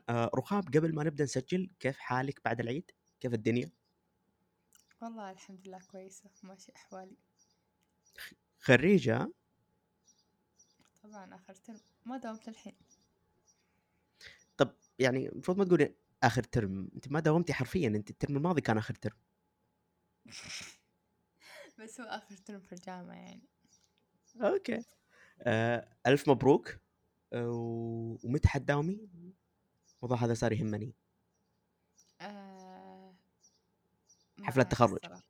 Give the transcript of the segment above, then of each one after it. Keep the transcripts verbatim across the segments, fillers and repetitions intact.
آه رخام، قبل ما نبدأ نسجل، كيف حالك بعد العيد؟ كيف الدنيا؟ والله الحمد لله كويسة ماشي أحوالي. خريجة؟ طبعا آخر ترم ما داومت الحين. طب يعني المفروض ما تقولي آخر ترم، أنت ما داومتي حرفيا، أنت الترم الماضي كان آخر ترم. بس هو آخر ترم في الجامعة يعني. أوكي. آه ألف مبروك. آه ومتى حتداومي؟ الموضوع هذا صار يهمني. آه ما حفلة أعرف تخرج. الصراحة.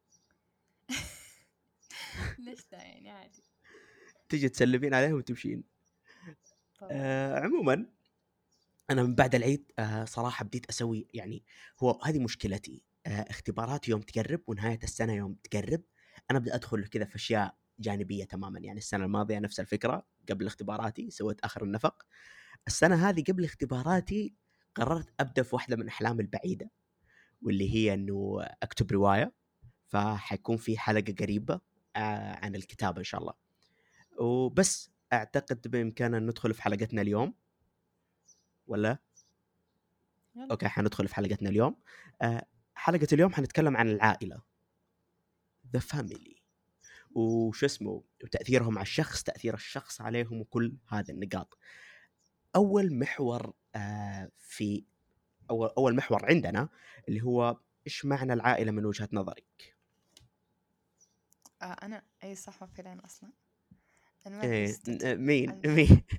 ليش لا يعني عادي. تجي تسلمين عليهم وتمشين. طبعا. آه عموما، أنا من بعد العيد آه صراحة بديت أسوي، يعني هو هذه مشكلتي. آه اختبارات يوم تقرب ونهاية السنة يوم تقرب، أنا أبدأ أدخل كذا في أشياء جانبية تماما. يعني السنة الماضية نفس الفكرة، قبل اختباراتي سويت آخر النفق. السنة هذه قبل اختباراتي قررت أبدأ في واحدة من أحلامي البعيدة، واللي هي أنه أكتب رواية. فحيكون في حلقة قريبة آه عن الكتابة إن شاء الله. وبس أعتقد بإمكاننا ندخل في حلقتنا اليوم، ولا؟ يلا. اوكي، حندخل في حلقتنا اليوم. آه، حلقة اليوم حنتكلم عن العائلة، the family، وش اسمه، وتأثيرهم على الشخص، تأثير الشخص عليهم، وكل هذه النقاط. أول محور آه في أول أول محور عندنا اللي هو إيش معنى العائلة من وجهة نظرك؟ آه أنا أي صح ما في لين أصلا. أنا ما أدري إيه ن- آه، استوتي مين عن شيء. مين؟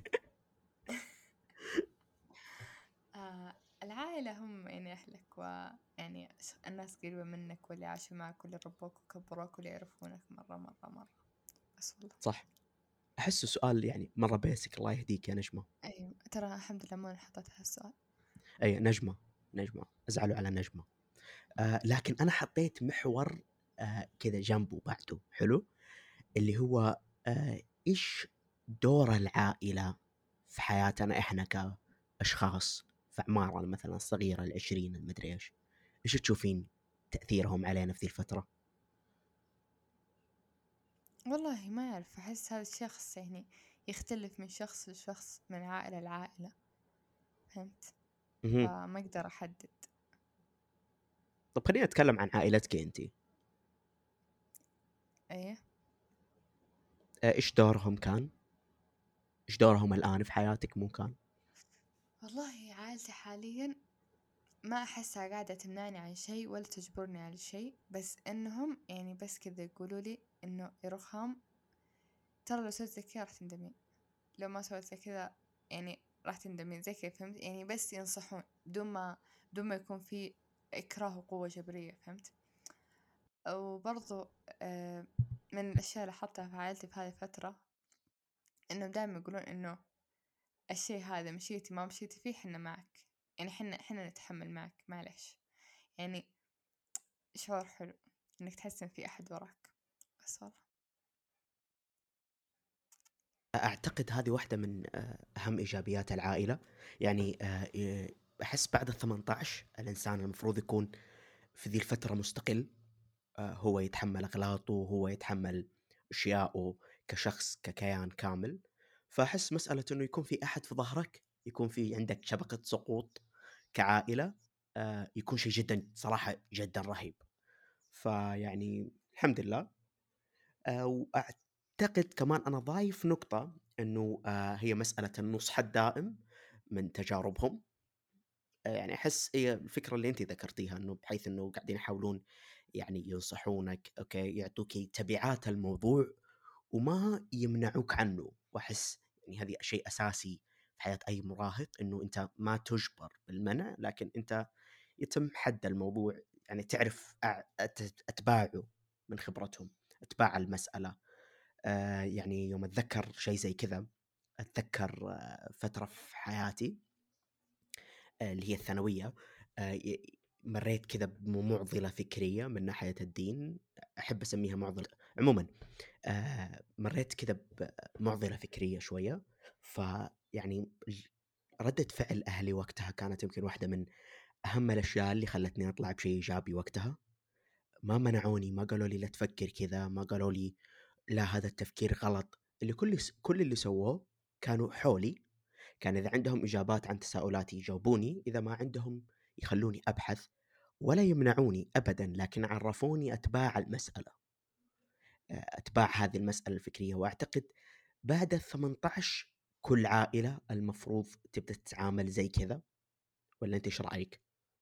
آه العائلة هم يعني أهلك ويعني ش- الناس قريبة منك واللي عاشوا معك واللي ربوك وكبروك واللي يعرفونك مرة مرة مرة. بس والله. صح. أحسه سؤال يعني مرة بيسك، الله يهديك يا نجمة. أيوة ترى الحمد لله ما انحطيت هالسؤال. أي نجمة، نجمة أزعلوا على نجمة. آه لكن أنا حطيت محور آه كذا جنبه بعده حلو، اللي هو آه إيش دور العائلة في حياتنا إحنا كأشخاص في أعمارنا مثلا الصغيرة العشرين المدري إيش. إيش تشوفين تأثيرهم علينا في ذي الفترة؟ والله ما أعرف أحس هذا الشخص يعني يختلف من شخص لشخص من عائلة لعائلة. فهمت. مهم. فما أقدر أحدد. طب خلينا نتكلم عن عائلتك أنت. أيه. آه إيش دورهم كان؟ إيش دورهم الآن في حياتك مو كان؟ والله عائلتي حاليا ما أحسها قاعدة تمنعني عن شيء ولا تجبرني على شيء، بس إنهم يعني بس كذا يقولوا لي إنه يا رخام ترى لو سويت زي كذا راح تندمين، لو ما سويت زي كذا يعني راح تندمين زي كذا. فهمت يعني بس ينصحون بدون ما بدون ما يكون في إكراه وقوة جبرية. فهمت. وبرضو آه، من الأشياء اللي حطها في عائلتي في هذه الفترة إنهم دائما يقولون إنه الشيء هذا مشيتي ما مشيتي فيه حنا معك، يعني حنا حنا نتحمل معك معلش. يعني شعور حلو إنك تحس إن في أحد وراك. بس والله. أعتقد هذه واحدة من آه، أهم إيجابيات العائلة. يعني آه، آه، أحس بعد الثمانية عشر الإنسان المفروض يكون في ذي الفترة مستقل. آه، هو يتحمل أغلاطه، هو يتحمل أشياءه كشخص ككيان كامل. فأحس مسألة أنه يكون في أحد في ظهرك، يكون في عندك شبكة سقوط كعائلة، آه، يكون شيء جدا صراحة جدا رهيب. فيعني الحمد لله. آه، وأعتقد كمان أنا ضايف نقطة أنه آه، هي مسألة النصح الدائم من تجاربهم. آه، يعني أحس هي الفكرة اللي أنت ذكرتيها، أنه بحيث أنه قاعدين يحاولون يعني ينصحونك، أوكي، يعطوك تبعات الموضوع وما يمنعوك عنه. وأحس يعني هذه شيء أساسي في حياة أي مراهق، أنه أنت ما تجبر بالمنع، لكن أنت يتم حد الموضوع. يعني تعرف أع- أت- أتباعه من خبرتهم، أتباع المسألة. آه يعني يوم أتذكر شيء زي كذا، أتذكر آه فترة في حياتي آه اللي هي الثانوية. آه ي- مريت كذا بمعضلة فكرية من ناحية الدين، أحب أسميها معضلة. عموما آه مريت كذا بمعضلة فكرية شوية. فيعني ردة فعل أهلي وقتها كانت يمكن واحدة من أهم الأشياء اللي خلتني أطلع بشيء إيجابي وقتها. ما منعوني، ما قالوا لي لا تفكر كذا، ما قالوا لي لا هذا التفكير غلط. اللي كل كل اللي سووه كانوا حولي، كان إذا عندهم إجابات عن تساؤلاتي يجاوبوني، إذا ما عندهم يخلوني أبحث، ولا يمنعوني أبدا، لكن عرفوني أتباع المسألة، آه، أتباع هذه المسألة الفكرية. وأعتقد بعد الثمانية عشر كل عائلة المفروض تبدأ تتعامل زي كذا، ولا أنت إيش رأيك؟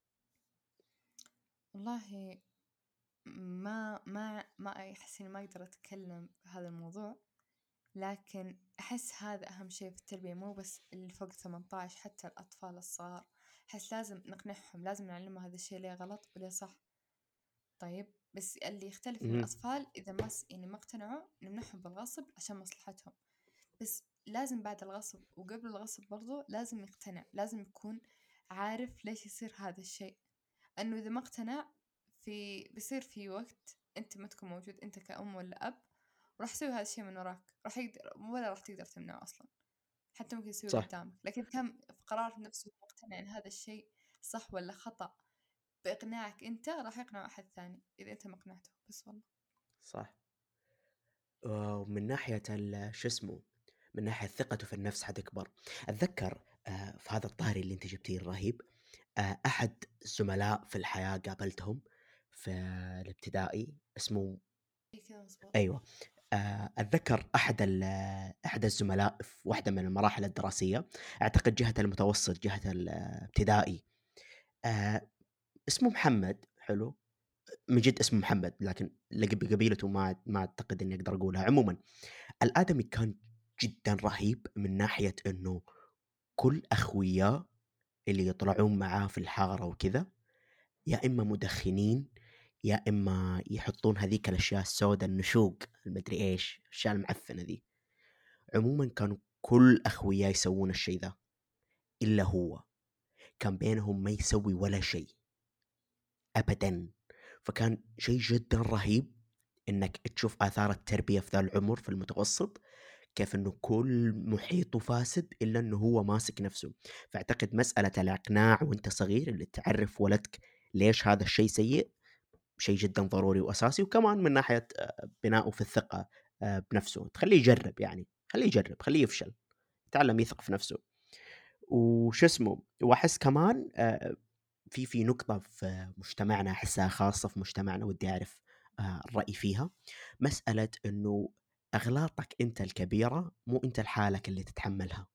والله ما ما ما أحس إني ما أقدر أتكلم في هذا الموضوع، لكن أحس هذا أهم شيء في التربية، مو بس اللي فوق ثمانية عشر، حتى الأطفال الصغار أحس لازم نقنعهم، لازم نعلمهم هذا الشيء ليه غلط وليه صح. طيب بس اللي يختلف من مهم. الأطفال إذا ما س- يعني ما اقتنعوا نمنحهم بالغصب عشان مصلحتهم، بس لازم بعد الغصب وقبل الغصب برضو لازم يقتنع، لازم يكون عارف ليش يصير هذا الشيء. انه اذا ما اقتنع في بيصير في وقت انت ما تكون موجود انت كأم ولا اب، وراح يسوي هذا الشيء من وراك، راح يقدر ولا راح تقدر تمنعه اصلا، حتى ممكن يسويه صح قدامك، لكن كم في قرار نفسه مقتنع ان هذا الشيء صح ولا خطأ بإقناعك انت، راح يقنع احد ثاني اذا انت ما اقنعته بس. والله صح. ومن ناحية ال- شو اسمه، من ناحية ثقته في النفس حتكبر. أتذكر آه، في هذا الطاري اللي أنت جبتيه الرهيب، آه، أحد الزملاء في الحياة قابلتهم في الابتدائي اسمه، إيه كذا مظبوط. أيوة، آه، أتذكر أحد ال- أحد الزملاء في واحدة من المراحل الدراسية، أعتقد جهة المتوسط جهة الابتدائي، آه، اسمه محمد. حلو، من جد اسمه محمد، لكن لقب قبيلته ما ما أعتقد إني أقدر أقولها. عموما الآدمي كان جدا رهيب من ناحية إنه كل أخوياه اللي يطلعون معاه في الحارة وكذا يا إما مدخنين، يا إما يحطون هذيك الأشياء السوداء، النشوق، المدري إيش، الأشياء المعفنة ذي. عموما كانوا كل أخوياه يسوون الشيء ذا إلا هو، كان بينهم ما يسوي ولا شيء أبدا. فكان شيء جدا رهيب إنك تشوف آثار التربية في ذا العمر في المتوسط، كيف انه كل محيطه فاسد الا انه هو ماسك نفسه. فاعتقد مسألة الاقناع وانت صغير اللي تعرف ولدك ليش هذا الشيء سيء، شيء جدا ضروري واساسي. وكمان من ناحية آه، بناؤه في الثقة آه، بنفسه، تخليه يجرب، يعني خليه يجرب، خليه يفشل، يتعلم يثق في نفسه. وش اسمه، واحس كمان آه، في في نقطة في مجتمعنا أحسها خاصة في مجتمعنا، ودي أعرف آه، الرأي فيها. مسألة إنه أغلاطك أنت الكبيرة مو أنت لحالك اللي تتحملها.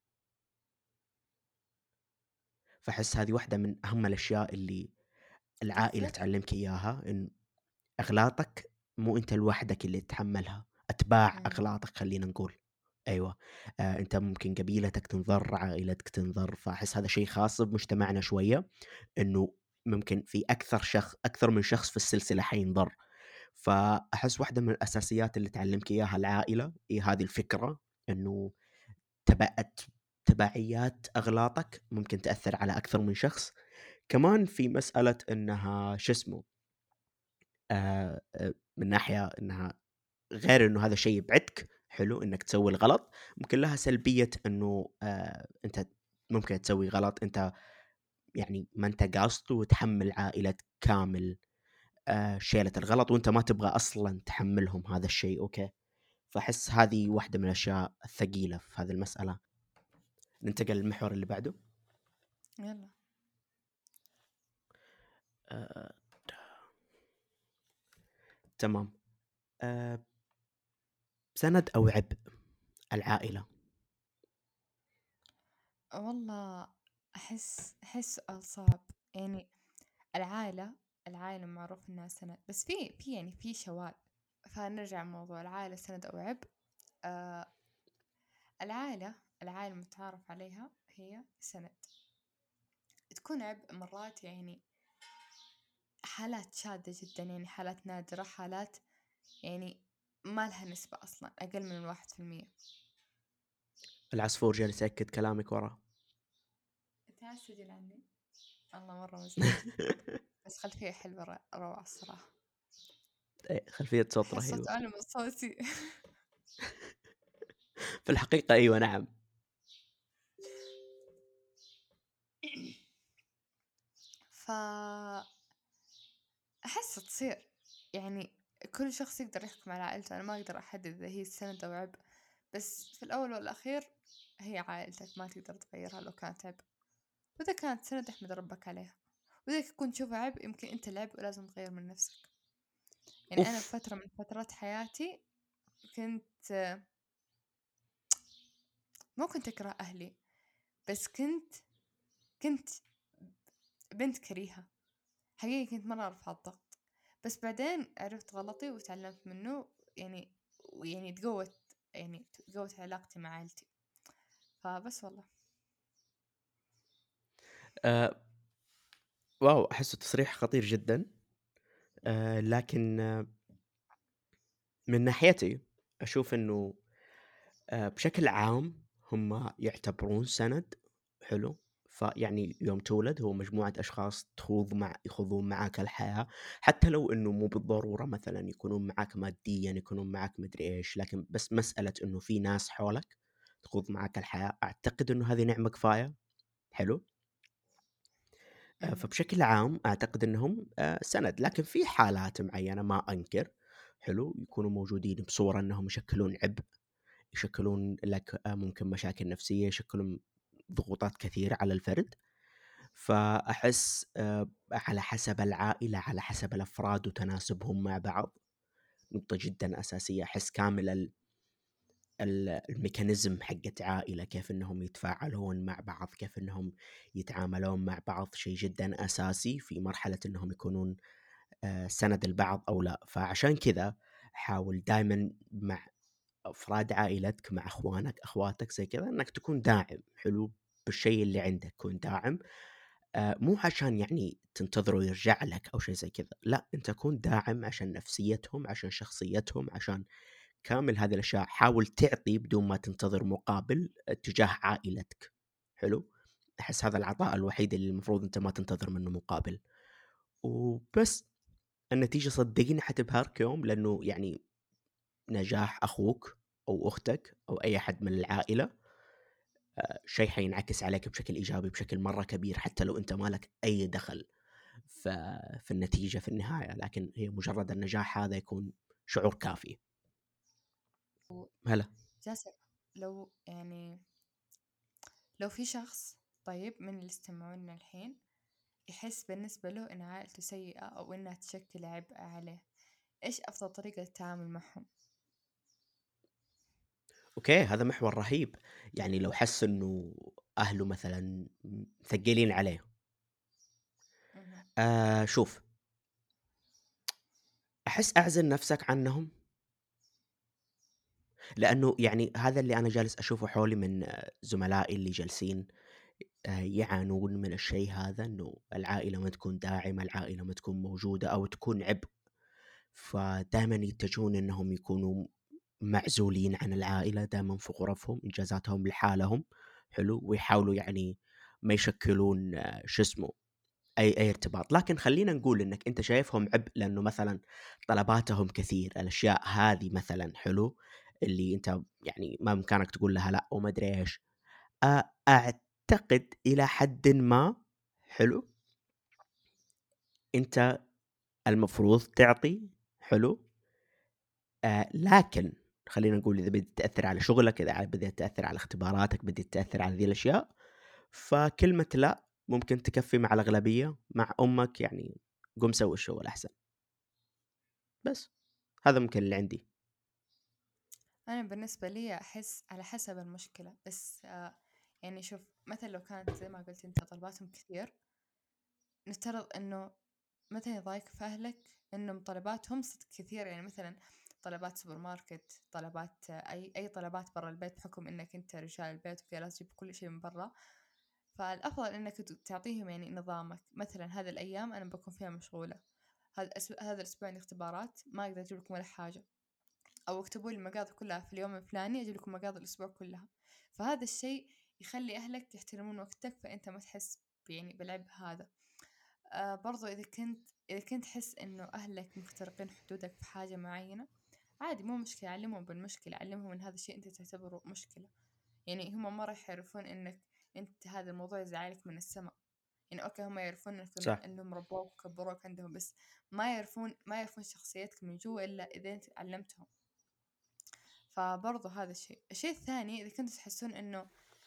فأحس هذه واحدة من أهم الأشياء اللي العائلة قصدك تعلمك إياها، إن أغلاطك مو أنت لوحدك اللي تتحملها، أتباع مم. أغلاطك خلينا نقول. أيوة، آه، أنت ممكن قبيلتك تنضر، عائلتك تنضر. فأحس هذا شيء خاص بمجتمعنا شوية، انه ممكن في اكثر شخص، اكثر من شخص في السلسله حينضر. فاحس واحده من الاساسيات اللي تعلمك اياها العائله هي هذه الفكره، انه تبعت تبعيات اغلاطك ممكن تاثر على اكثر من شخص. كمان في مساله انها شو اسمه، آه آه، من ناحيه انها غير انه هذا شيء يبعدك، حلو انك تسوي الغلط، ممكن لها سلبيه انه آه انت ممكن تسوي غلط انت يعني ما انت قاصده، وتحمل عائلتك كامل آه شيلة الغلط وانت ما تبغى اصلا تحملهم هذا الشيء. اوكي، فاحس هذه واحدة من الاشياء الثقيلة في هذه المسألة. ننتقل للمحور اللي بعده. يلا. آه تمام. آه سند او عبء العائلة. والله أحس أحس سؤال صعب، يعني العائلة العائلة معروف إنها سند، بس في في يعني في شواذ، فنرجع لموضوع العائلة سند أو عبء. آه العائلة العائلة المتعارف عليها هي سند، تكون عبء مرات، يعني حالات شاذة جدا، يعني حالات نادرة، حالات يعني ما لها نسبة أصلا، أقل من الواحد في المية. العصفور جالس يأكد كلامك وراه. أنت عايز تسجل عني؟ الله مرة مزعج، بس خلفية حلوة ر- روعة الصراحة. إيه، خلفية صوت أحس صوت رهيبة. أعلى من صوتي. في الحقيقة ايوه نعم. ف أحس تصير، يعني كل شخص يقدر يحكم على عائلته، أنا ما أقدر أحدد إذا هي سند أو عبء، بس في الأول والأخير هي عائلتك ما تقدر تغيرها لو كانت عبء، وإذا كانت سند احمد ربك عليها، وإذا كنت تشوفها عبء يمكن أنت العبء ولازم تغير من نفسك. يعني أنا اوف. بفترة من فترات حياتي كنت آه، مو كنت أكره أهلي، بس كنت كنت بنت كريهة حقيقي، كنت مرة أرفع الضغط، بس بعدين عرفت غلطي وتعلمت منه، يعني ويعني تقوت يعني تقوت علاقتي مع عائلتي، فبس والله. آه واو، احسه تصريح خطير جدا. آه لكن آه من ناحيتي اشوف انه آه بشكل عام هم يعتبرون سند. حلو. فيعني يوم تولد هو مجموعة أشخاص تخوض مع يخوضون معاك الحياة، حتى لو إنه مو بالضرورة مثلا يكونون معاك ماديا، يكونون معاك مدري إيش، لكن بس مسألة إنه في ناس حولك تخوض معاك الحياة، أعتقد إنه هذه نعمة كفاية. حلو. آه، مهم. فبشكل عام أعتقد أنهم آه، سند، لكن في حالات معينة ما أنكر حلو يكونوا موجودين بصورة أنهم يشكلون عبء، يشكلون لك آه، ممكن مشاكل نفسية، يشكلون ضغوطات كثيرة على الفرد. فأحس آه، على حسب العائلة، على حسب الأفراد وتناسبهم مع بعض، نقطة جدا أساسية. أحس كامل ال- ال- الميكانيزم حقت عائلة، كيف أنهم يتفاعلون مع بعض، كيف أنهم يتعاملون مع بعض، شيء جدا أساسي في مرحلة أنهم يكونون آه، سند البعض أو لا. فعشان كذا حاول دائما مع أفراد عائلتك، مع أخوانك أخواتك زي كذا، أنك تكون داعم. حلو. بالشيء اللي عندك كون داعم. آه، مو عشان يعني تنتظره يرجع لك أو شيء زي كذا، لا، أنت كون داعم عشان نفسيتهم، عشان شخصيتهم، عشان كامل هذه الأشياء. حاول تعطي بدون ما تنتظر مقابل تجاه عائلتك. حلو. أحس هذا العطاء الوحيد اللي المفروض أنت ما تنتظر منه مقابل. وبس. النتيجة صدقني حتبهرك يوم، لأنه يعني نجاح أخوك أو أختك أو أي أحد من العائلة آه، شيء حينعكس عليك بشكل إيجابي بشكل مرة كبير، حتى لو أنت مالك أي دخل ف- في النتيجة في النهاية، لكن هي مجرد النجاح هذا يكون شعور كافي. هلا. جاسر، لو يعني لو في شخص طيب من اللي يستمعون الحين يحس بالنسبة له إن عائلته سيئة أو إنها تشكل عبء عليه، إيش أفضل طريقة للتعامل معهم؟ أوكي، هذا محور رهيب. يعني لو حس إنه أهله مثلا مثقلين عليه، مهم. آه شوف، أحس أعزل نفسك عنهم. لأنه يعني هذا اللي أنا جالس أشوفه حولي من آه، زملائي اللي جالسين آه، يعانون من الشيء هذا، إنه العائلة ما تكون داعمة، العائلة ما تكون موجودة أو تكون عبء. فدائما يتجهون إنهم يكونوا معزولين عن العائلة، دائما في غرفهم، إنجازاتهم لحالهم. حلو. ويحاولوا يعني ما يشكلون آه، شو اسمه أي أي ارتباط. لكن خلينا نقول إنك أنت شايفهم عبء لأنه مثلا طلباتهم كثير، الأشياء هذه مثلا. حلو. اللي أنت يعني ما بإمكانك تقول لها لا وما أدري إيش. أ- أعتقد إلى حد ما. حلو. أنت المفروض تعطي. حلو. آه لكن خلينا نقول إذا بدأت تأثر على شغلك، إذا بدأت تأثر على اختباراتك، بدأت تأثر على ذي الأشياء، فكلمة لا ممكن تكفي مع الأغلبية. مع أمك يعني قم سوي الشغل أحسن. بس هذا ممكن اللي عندي. أنا بالنسبة لي أحس على حسب المشكلة، بس آه يعني شوف، مثلا لو كانت زي ما قلت أنت طلباتهم كثير، نفترض إنه مثلا يضايق في أهلك إنه طلباتهم صدق كثير، يعني مثلا طلبات سوبر ماركت، طلبات آه، أي أي طلبات برا البيت بحكم إنك أنت رجال البيت وكذا لازم تجيب كل شيء من برا. فالأفضل إنك ت- تعطيهم يعني نظامك، مثلا هذه الأيام أنا بكون فيها مشغولة، هذا الأسبوع هذا الأسبوع عندي اختبارات ما أقدر أجيب لكم ولا حاجة، أو اكتبوا لي المقاضي كلها في اليوم الفلاني أجيب لكم مقاضي الأسبوع كلها. فهذا الشيء يخلي أهلك يحترمون وقتك، فأنت ما تحس يعني بالعبء هذا. آه برضو إذا كنت إذا كنت تحس إنه أهلك مخترقين حدودك في حاجة معينة، عادي مو مشكلة، علمهم بالمشكلة، علمهم إن هذا الشيء أنت تعتبره مشكلة. يعني هم ما راح يعرفون إنك أنت هذا الموضوع يزعلك من السماء. يعني أوكي هم يعرفون إنك صح. إنهم ربوك وكبروك عندهم، بس ما يعرفون ما يعرفون شخصيتك من جوا إلا إذا أنت علمتهم. فبرضه هذا الشيء الشيء الثاني، إذا كنتوا تحسون إنه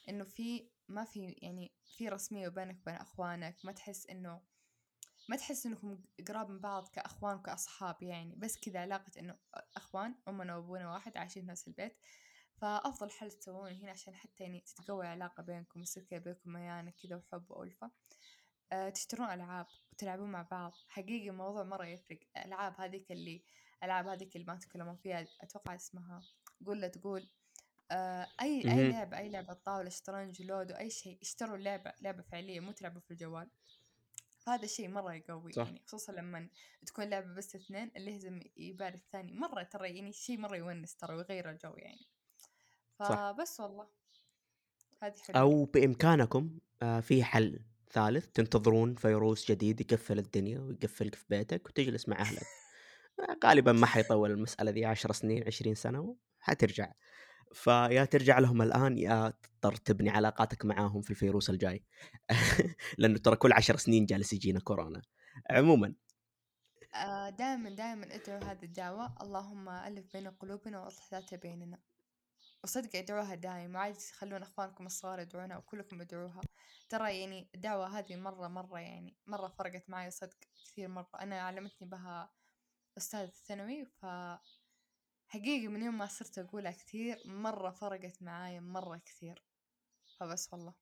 إنه في ما في يعني في رسمية بينك وبين أخوانك، ما تحس إنه ما تحس إنكم قراب من بعض كأخوان وكأصحاب يعني، بس كذا علاقة إنه أخوان أمنا وأبونا واحد عايشين في نفس البيت. فأفضل حل تسوونه هنا عشان حتى يعني تتقوي العلاقة بينكم، يصير كذا بينكم ميانة كذا وحب وألفة. أه تشترون ألعاب وتلعبون مع بعض. حقيقي الموضوع مرة يفرق. ألعاب هذيك اللي ألعاب هذيك اللي ما تتكلمون فيها، أتوقع اسمها قول لا تقول. أه أي أي مهم. لعبة أي لعبة طاولة شطرنج لودو أي شيء، اشتروا لعبة لعبة فعلية مو تلعبوا في الجوال. فهذا الشيء مرة يقوي صح. يعني، خصوصا لما تكون لعبة بس اثنين اللي يهزم يباري الثاني. مرة ترى يعني شيء مرة يونس ترى ويغير الجو يعني. صح. فبس والله هذه حلولي. او بامكانكم آه، في حل ثالث، تنتظرون فيروس جديد يقفل الدنيا ويقفلك في بيتك وتجلس مع اهلك. آه، غالبا ما حيطول المسألة ذي عشر سنين عشرين سنة حترجع. فيا ترجع لهم الآن يا تضطر تبني علاقاتك معاهم في الفيروس الجاي. لأنه ترى كل عشر سنين جالس يجينا كورونا. عموما آه دائما دائما ادعوا هذه الدعوة، اللهم ألف بين قلوبنا وأصلح ذات بيننا. وصدق ادعوها دائما، وعادي خلون أخوانكم الصغار يدعونها وكلكم ادعوها. ترى يعني الدعوة هذه مرة مرة يعني مرة فرقت معي صدق كثير مرة. أنا علمتني بها أستاذ الثانوي، فحقيقي من يوم ما صرت أقولها كثير مرة فرقت معاي مرة كثير. فبس والله.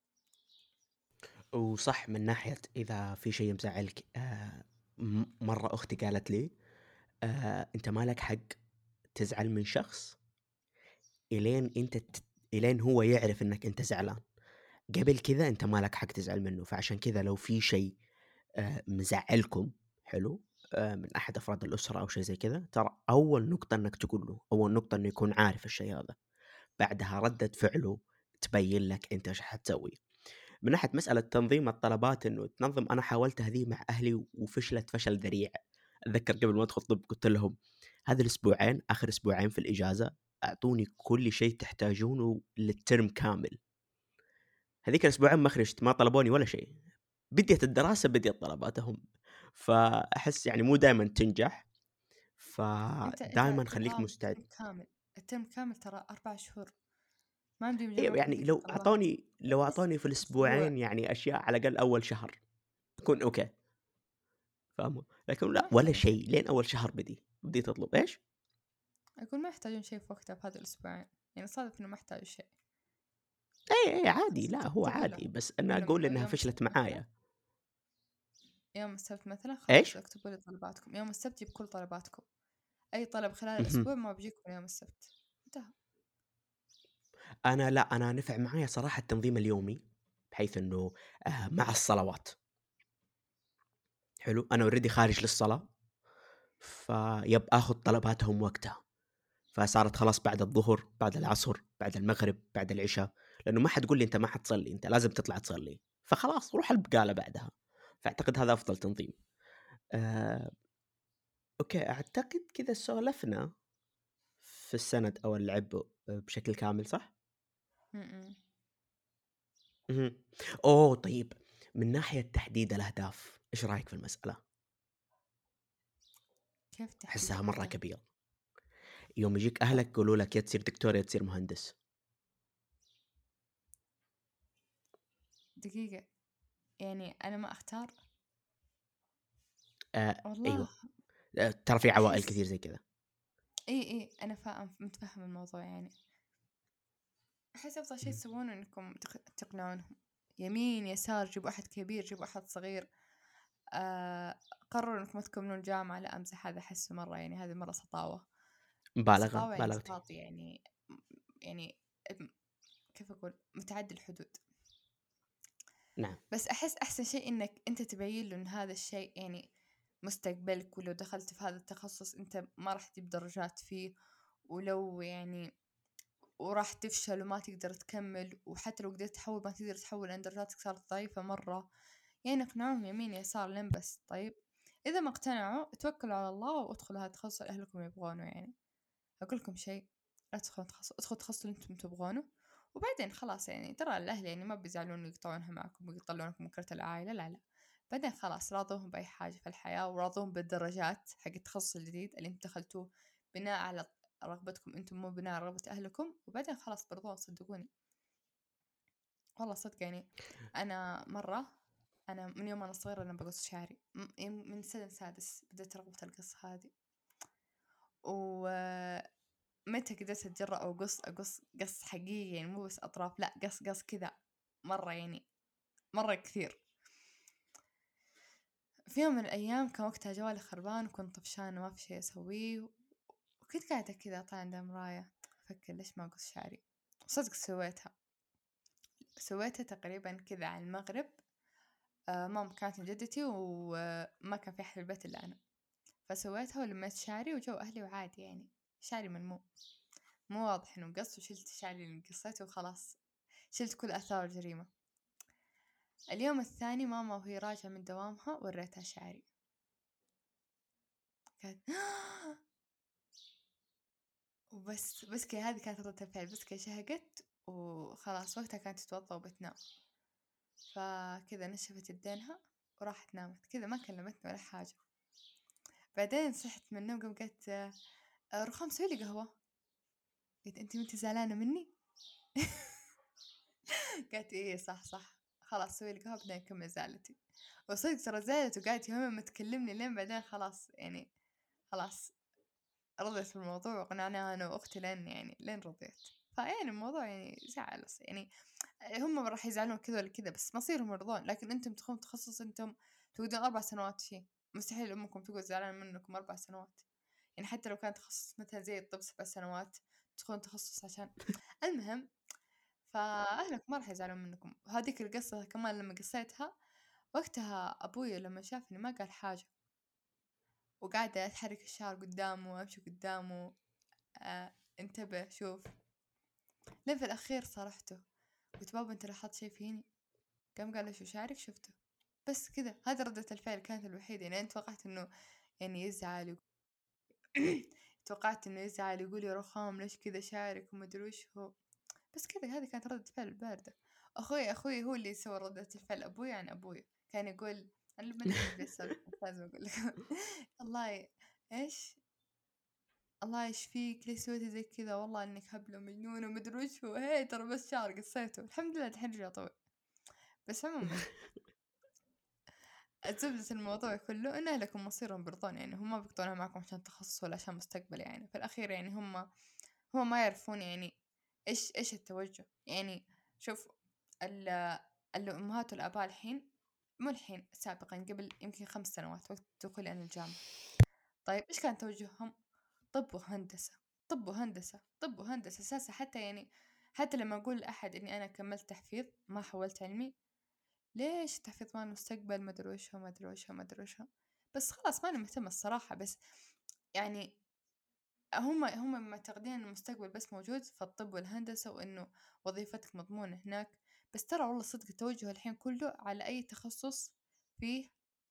وصح من ناحية إذا في شيء مزعلك، آه، م- مرة أختي قالت لي آه، أنت مالك حق تزعل من شخص إلين أنت ت... إلين هو يعرف إنك أنت زعلان. قبل كذا أنت مالك حق تزعل منه. فعشان كذا لو في شيء آه، مزعلكم، حلو، آه، من أحد أفراد الأسرة أو شيء زي كذا، ترى أول نقطة إنك تقول له، أول نقطة إنه يكون عارف الشيء هذا. بعدها ردة فعله تبين لك أنت إيش حتسوي. من ناحية مسألة تنظيم الطلبات إنه تنظم، أنا حاولت هذه مع أهلي وفشلت فشل ذريع. أتذكر قبل ما أدخل طب قلت لهم هذه الأسبوعين آخر أسبوعين في الإجازة أعطوني كل شيء تحتاجونه للترم كامل. هذيك الأسبوعين ما خرجت، ما طلبوني ولا شيء. بديت الدراسة بديت طلباتهم. فأحس يعني مو دائما تنجح، أنت أنت فدائما خليك تبغاه مستعد. الترم كامل. الترم كامل ترى أربع شهور، ما عندي إيه مجربكم يعني ذيك لو الطلبات. أعطوني لو بس أعطوني في أسبوع الأسبوعين يعني أشياء على الأقل أول شهر تكون أوكي، فاهمه. لكن ما لا، ولا يحتاجون شيء. شيء لين أول شهر بدي بديت أطلب إيش. أقول ما يحتاجون شيء في وقتها في هذا الأسبوعين. يعني صادف إنه ما يحتاجوا شيء. إيه إيه عادي، بس لا هو تقول عادي، لهم بس أنا تقول لهم أقول إنه إنها يوم فشلت السبت مثلا معايا. يوم السبت مثلا خلاص إيش؟ اكتبوا لي طلباتكم يوم السبت، جيب كل طلباتكم. أي طلب خلال مهم. الأسبوع ما بيجيكم يوم السبت. انتهى. أنا لا، أنا نفع معايا صراحة التنظيم اليومي، بحيث إنه آه مع الصلوات. حلو، أنا أوريدي خارج للصلاة، فيب آخذ طلباتهم وقتها. فصارت خلاص بعد الظهر بعد العصر بعد المغرب بعد العشاء، لأنه ما حتقول لي أنت ما حتصلي، أنت لازم تطلع تصلي، فخلاص روح البقالة بعدها. فأعتقد هذا أفضل تنظيم. آه، أوكي، أعتقد كذا سولفنا في السند أو اللعب بشكل كامل، صح؟ م-م. مهم. أوه طيب، من ناحية تحديد الأهداف إيش رأيك في المسألة؟ كيف تحديد أحسها مرة الأهداف؟ كبير. يوم يجيك أهلك يقولوا لك يا تصير دكتور يا تصير مهندس. دقيقة، يعني أنا ما أختار. آه والله أيوة. آه ترى في عوائل كثير أحس زي كذا. إي إي أنا فاهم متفهم الموضوع يعني. أحس أفضل شيء مم. تسوونه إنكم تق- تقنعونهم. يمين يسار، جيبوا أحد كبير جيبوا أحد صغير. آه قرروا إنكم ما تكملون جامعة، لا أمزح، هذا أحسه مرة يعني هذه مرة سطاوة. مبالغة سطاوة يعني بالغتي. سطاطي يعني. يعني كيف أقول متعدي الحدود. نعم. بس أحس أحسن شيء إنك أنت تبين له إن هذا الشيء يعني مستقبلك، ولو دخلت في هذا التخصص أنت ما راح تجيب درجات فيه، ولو يعني وراح تفشل وما تقدر تكمل، وحتى لو قدرت تحول ما تقدر تحول لأن درجاتك صارت ضعيفة مرة. يعني اقنعوهم يمين يسار لين بس. طيب إذا ما اقتنعوا توكلوا على الله وادخلوا هذا التخصص اللي أهلكم يبغونه يعني. أقول لكم شيء، لا تدخلون تخصص، ادخلوا التخصص اللي انتم تبغونه. وبعدين خلاص يعني ترى الأهل يعني ما بيزعلون يقطعونها معكم ويطلعونكم من كرة العائلة، لا لا. بعدين خلاص راضوهم بأي حاجة في الحياة، وراضوهم بالدرجات حق التخصص الجديد اللي انتم دخلتوه بناء على رغبتكم انتم مو بناء على رغبة أهلكم. وبعدين خلاص برضو صدقوني. والله صدق يعني أنا مرة أنا من يوم أنا صغيرة أنا بقص شعري م- يم- من سنة سادس بدأت رغبة القص هذه، ومتى قدرت أتجرأ أو قص أقص قص حقيقي يعني مو بس أطراف، لا قص قص كذا مرة يعني مرة كثير. في يوم من الأيام كان وقتها جوالي خربان وكنت طفشانة ما في شي أسويه، وكنت قاعدة كذا طالعة عند مراية أفكر ليش ما أقص شعري. صدق سويتها سويتها تقريبا كذا على المغرب. آه ماما كانت عند جدتي وما كان في أحد في البيت إلا أنا، فسويتها ولميت شعري وجو أهلي وعادي يعني شعري ملموم، مو واضح إنه قص، وشلت شعري اللي قصيته وخلاص، شلت كل آثار الجريمة. اليوم الثاني ماما وهي راجعة من دوامها وريتها شعري، كانت وبس بس كي هذه كانت ردة الفعل، بس كي شهقت وخلاص وقتها كانت تتوضأ وبتنام، فكذا نشفت يدينها وراحت نامت كذا ما كلمتني ولا حاجة. بعدين صحت من النوم قام قالت آه، رخام سوي لي قهوة. قلت انتي وانتي زعلانة مني؟ قالت ايه صح صح خلاص سوي لي قهوة بعدين نكمل زعلتي. وصدق ترى زعلت وقعدت يومين ما تكلمني لين بعدين خلاص يعني خلاص رضيت في الموضوع وقنعناها أنا وأختي لين يعني لين رضيت. فيعني الموضوع يعني زعل يعني هم راح يزعلون كذا ولا كذا بس مصيرهم يرضون، لكن أنتم تدخلون تخصص أنتم تقعدون أربع سنوات فيه، مستحيل أمكم تقعد زعلان منكم أربع سنوات. يعني حتى لو كان تخصص مثلا زي الطب سبع سنوات تدخلون تخصص عشان المهم، فأهلك ما راح يزعلون منكم. وهذيك القصة كمان لما قصيتها وقتها أبوي لما شافني ما قال حاجة، وقاعدة أتحرك الشعر قدامه وأمشي قدامه آه انتبه شوف، لين في الأخير صارحته قلت بابا أنت لاحظت شي فيني؟ قام قال لي شو شعرك شفته بس كذا. هذه ردة الفعل كانت الوحيدة يعني. أنا توقعت إنه يعني يزعل يقول توقعت إنه يزعل يقول يا رخام ليش كذا شعرك ومدري وش هو، بس كذا هذه كانت ردة فعل باردة. أخوي أخوي هو اللي سوى ردة الفعل، أبوي عن أبوي كان يقول أنا ما أدري إيش بيسولف بس لازم أقول لك الله إيش الله يشفيك ليش سويتي زي كذا والله انك هبلة ومجنونة ومدري وش هو، هي ترى بس شعر قصيته الحمد لله الحين رجع طويل. بس عموما زبدة الموضوع كله ان اهلكم مصيرهم برضون، يعني هم ما بيقطعونها معكم عشان تخصص ولا عشان مستقبل، يعني في الاخير يعني هم هم ما يعرفون يعني ايش ايش التوجه. يعني شوف ال- الامهات والاباء الحين مو الحين سابقا قبل يمكن خمس سنوات وقت دخولي انا الجامعة، طيب ايش كان توجههم؟ طب وهندسة طب وهندسة طب وهندسة أساسا. حتى يعني حتى لما أقول لأحد إني أنا كملت تحفيظ ما حولت علمي، ليش التحفيظ ما المستقبل ما أدري وش هو ما أدري وش هو ما أدري وش هو. بس خلاص ما أنا مهتمة الصراحة، بس يعني هم هم معتقدين إن المستقبل بس موجود في الطب والهندسة وإنه وظيفتك مضمونة هناك. بس ترى والله صدق التوجه الحين كله على أي تخصص فيه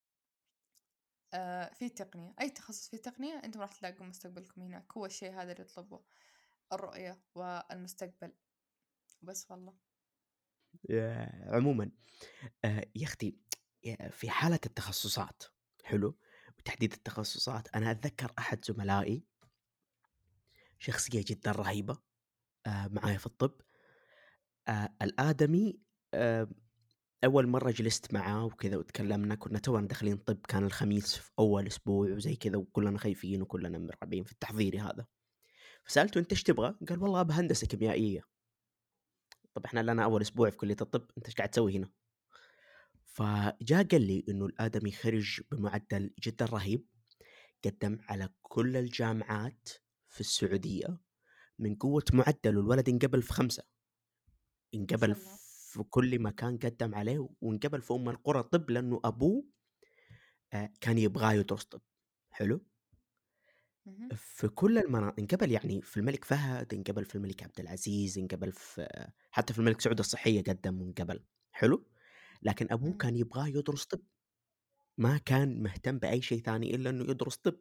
آه في تقنية، أي تخصص فيه تقنية أنتم راح تلاقوا مستقبلكم هناك، هو الشيء هذا اللي يطلبه الرؤية والمستقبل بس والله. يا- عموما آه، يا اختي، يا- في حالة التخصصات، حلو، وتحديد التخصصات، انا اتذكر احد زملائي شخصية جدا رهيبة آه، معايا في الطب، آه، الآدمي. آه، أول مرة جلست معاه وكذا وتكلمنا، كنا تونا داخلين طب، كان الخميس في أول أسبوع وزي كذا، وكلنا خايفين وكلنا مرعبين في التحضيري هذا. فسألته أنت إيش تبغى؟ قال والله أبى هندسة كيميائية. طب إحنا لنا أول أسبوع في كلية الطب، أنت إيش قاعد تسوي هنا؟ فجاء قال لي إنه الآدمي خرج بمعدل جدا رهيب، قدم على كل الجامعات في السعودية، من قوة معدل الولد انقبل في خمسة، ما انقبل شاء الله. في كل مكان قدم عليه، وانقبل في أم القرى طب لأنه أبوه آه، كان يبغاه يدرس طب. حلو. مهم. في كل المناطق انقبل، يعني في الملك فهد انقبل، في الملك عبد العزيز انقبل، في حتى في الملك سعود الصحية قدم وانقبل. حلو. لكن أبوه مهم. كان يبغاه يدرس طب، ما كان مهتم بأي شيء ثاني إلا أنه يدرس طب.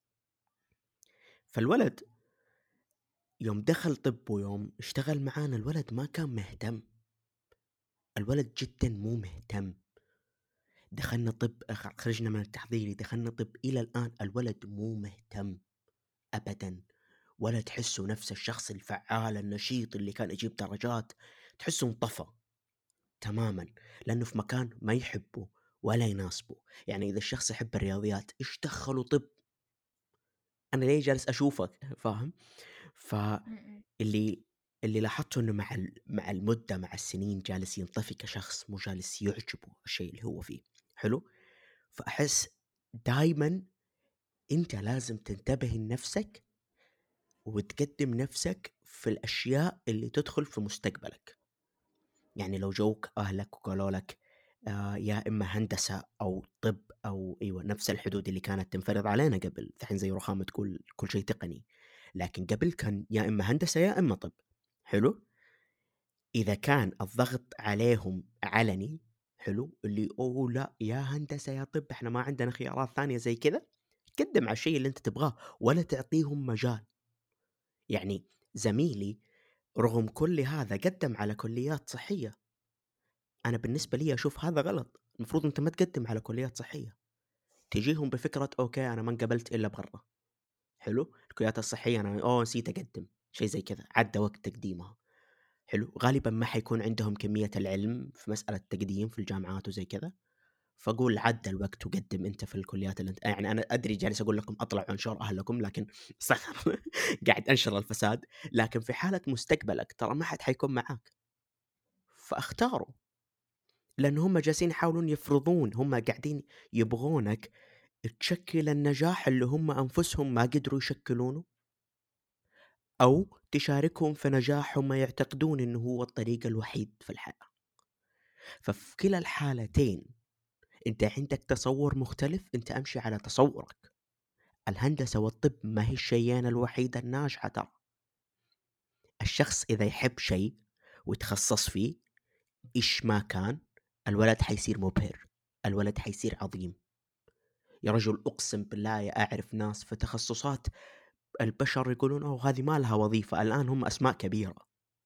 فالولد يوم دخل طب ويوم اشتغل معانا الولد ما كان مهتم، الولد جدا مو مهتم. دخلنا طب، أخ- خرجنا من التحضيري دخلنا طب، إلى الآن الولد مو مهتم أبدا، ولا تحسه نفس الشخص الفعال النشيط اللي كان يجيب درجات، تحسه انطفى. تماما، لانه في مكان ما يحبه ولا يناسبه. يعني اذا الشخص يحب الرياضيات، ايش دخله طب؟ انا ليه جالس اشوفك؟ فاهم؟ م-م. فاللي اللي لاحظته انه مع ال- مع المده، مع السنين، جالس ينطفي كشخص، مو جالس يعجبه الشيء اللي هو فيه. حلو. فاحس دائما انت لازم تنتبه لنفسك وتقدم نفسك في الاشياء اللي تدخل في مستقبلك. يعني لو جوك اهلك وقالوا لك آه يا اما هندسه او طب، او ايوه نفس الحدود اللي كانت تنفرض علينا قبل، الحين زي رخامه تقول كل شيء تقني، لكن قبل كان يا اما هندسه يا اما طب. حلو. اذا كان الضغط عليهم علني، حلو، اللي اوه لا يا هندسه يا طب، احنا ما عندنا خيارات ثانيه زي كذا، قدم على الشيء اللي انت تبغاه ولا تعطيهم مجال. يعني زميلي رغم كل هذا قدم على كليات صحيه. انا بالنسبه لي اشوف هذا غلط. المفروض انت ما تقدم على كليات صحيه، تجيهم بفكره اوكي انا ما انقبلت الا برا. حلو. الكليات الصحيه انا اوه نسيت اقدم شيء زي كذا، عدى وقت تقديمها. حلو. غالبا ما حيكون عندهم كميه العلم في مساله تقديم في الجامعات وزي كذا، فقول عدى الوقت وقدم انت في الكليات اللي انت، يعني انا ادري جالس اقول لكم اطلعوا انشر اهلكم، لكن صح قاعد انشر الفساد. لكن في حاله مستقبلك ترى ما حد حيكون معاك، فاختاروا. لأن هم جالسين يحاولون يفرضون، هم قاعدين يبغونك تشكل النجاح اللي هم أنفسهم ما قدروا يشكلونه، أو تشاركهم في نجاح هم يعتقدون إنه هو الطريق الوحيد في الحياة. ففي كلا الحالتين أنت عندك تصور مختلف، أنت أمشي على تصورك. الهندسة والطب ما هي الشيئين الوحيدة الناجحة ترى. الشخص إذا يحب شيء ويتخصص فيه، إيش ما كان، الولد حيصير مبهر، الولد حيصير عظيم. يا رجل أقسم بالله أعرف ناس في تخصصات البشر يقولون أوه هذه ما لها وظيفة، الآن هم أسماء كبيرة،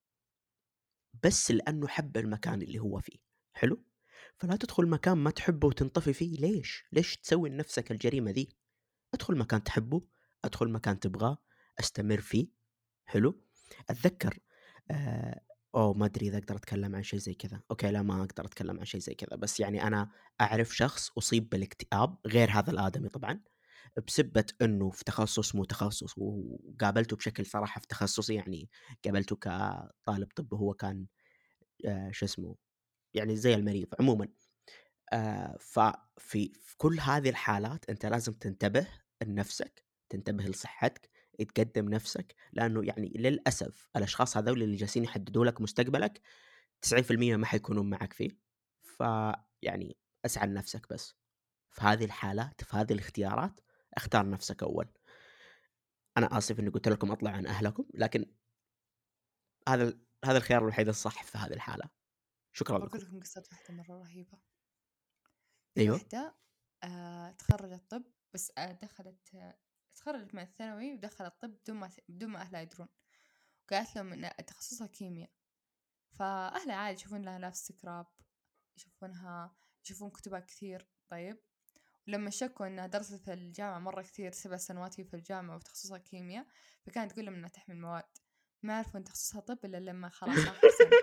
بس لأنه حب المكان اللي هو فيه. حلو. فلا تدخل مكان ما تحبه وتنطفي فيه. ليش ليش تسوي لنفسك الجريمة ذي؟ ادخل مكان تحبه، ادخل مكان تبغاه، استمر فيه. حلو. أتذكر آه أوه ما أدري إذا أقدر أتكلم عن شيء زي كذا. أوكي لا ما أقدر أتكلم عن شيء زي كذا، بس يعني أنا أعرف شخص أصيب بالاكتئاب، غير هذا الآدمي طبعا، بسبة إنه في تخصص مو تخصص، وقابلته بشكل صراحة في تخصصي. يعني قابلته كطالب طب، وهو كان آه شو اسمه، يعني زي المريض عموما. آه ففي في كل هذه الحالات أنت لازم تنتبه لنفسك، تنتبه لصحتك، تقدم نفسك، لأنه يعني للأسف الأشخاص هذول اللي جالسين يحددوا لك مستقبلك تسعين في المية ما حيكونون معك فيه. فيعني اسعى لنفسك بس. في هذه الحالات، في هذه الاختيارات، اختار نفسك أول. أنا آسف إني قلت لكم أطلع عن أهلكم، لكن هذا ال- هذا الخيار الوحيد الصح في هذه الحالة. شكرا بقول لكم. لكم قصة واحدة مرة رهيبة. في أيوه. واحدة آه تخرجت طب، بس آه دخلت آه تخرجت من الثانوي ودخلت طب بدون ما بدون ما أهلها يدرون. قالت لهم إن تخصصها كيمياء، فأهلها عادي يشوفون لها لابس سكراب، يشوفونها يشوفون كتبها كثير. طيب لما شكوا إنها درست في الجامعة مرة كثير، سبع سنوات هي في الجامعة وتخصصها كيمياء، فكانت تقول لهم إنها تحمل مواد. ما عرفوا إن تخصصها طب إلا لما خلاص آخر سنة.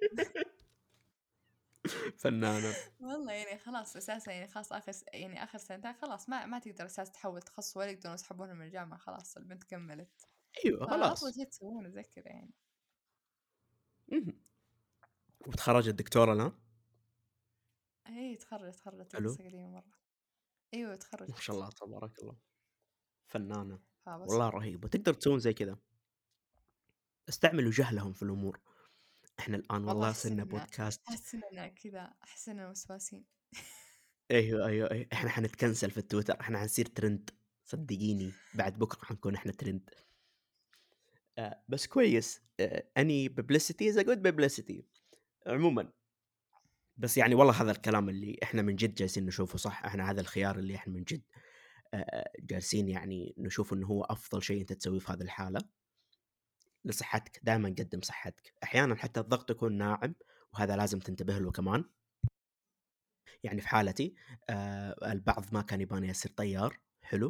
فنانة. والله يعني خلاص أساسا، يعني خلاص آخر س... يعني آخر سنتين خلاص ما ما تقدر أساس تحول تخصص، ولا يقدرون يسحبونها من الجامعة، خلاص البنت كملت. أيوه فأفضل خلاص. شيء تسوونه زي كذا يعني. مهم. وتخرجت دكتورة الآن. هي تخرجت تخرجت حلو. قصة قديمة مرة. أيوة ما شاء تخرجت. الله تبارك الله. فنانة. فبس. والله رهيب، وتقدر تسوون زي كذا. استعملوا جهلهم في الأمور. احنا الآن والله والله أحس صرنا إن بودكاست. أحس إننا كذا، أحس إننا وسواسين. ايوه ايوه ايوه، احنا حنتكنسل في التويتر، احنا حنصير ترند. صدقيني بعد بكره حنكون احنا ترند. آه بس كويس. آه اني ببليستي از جود ببليستي عموما. بس يعني والله هذا الكلام اللي احنا من جد جالسين نشوفه صح. احنا هذا الخيار اللي احنا من جد آه جالسين يعني نشوف انه هو افضل شيء انت تسويه في هذه الحاله لصحتك. دائما قدم صحتك. احيانا حتى الضغط يكون ناعم، وهذا لازم تنتبه له كمان. يعني في حالتي آه البعض ما كان يباني أصير طيار. حلو.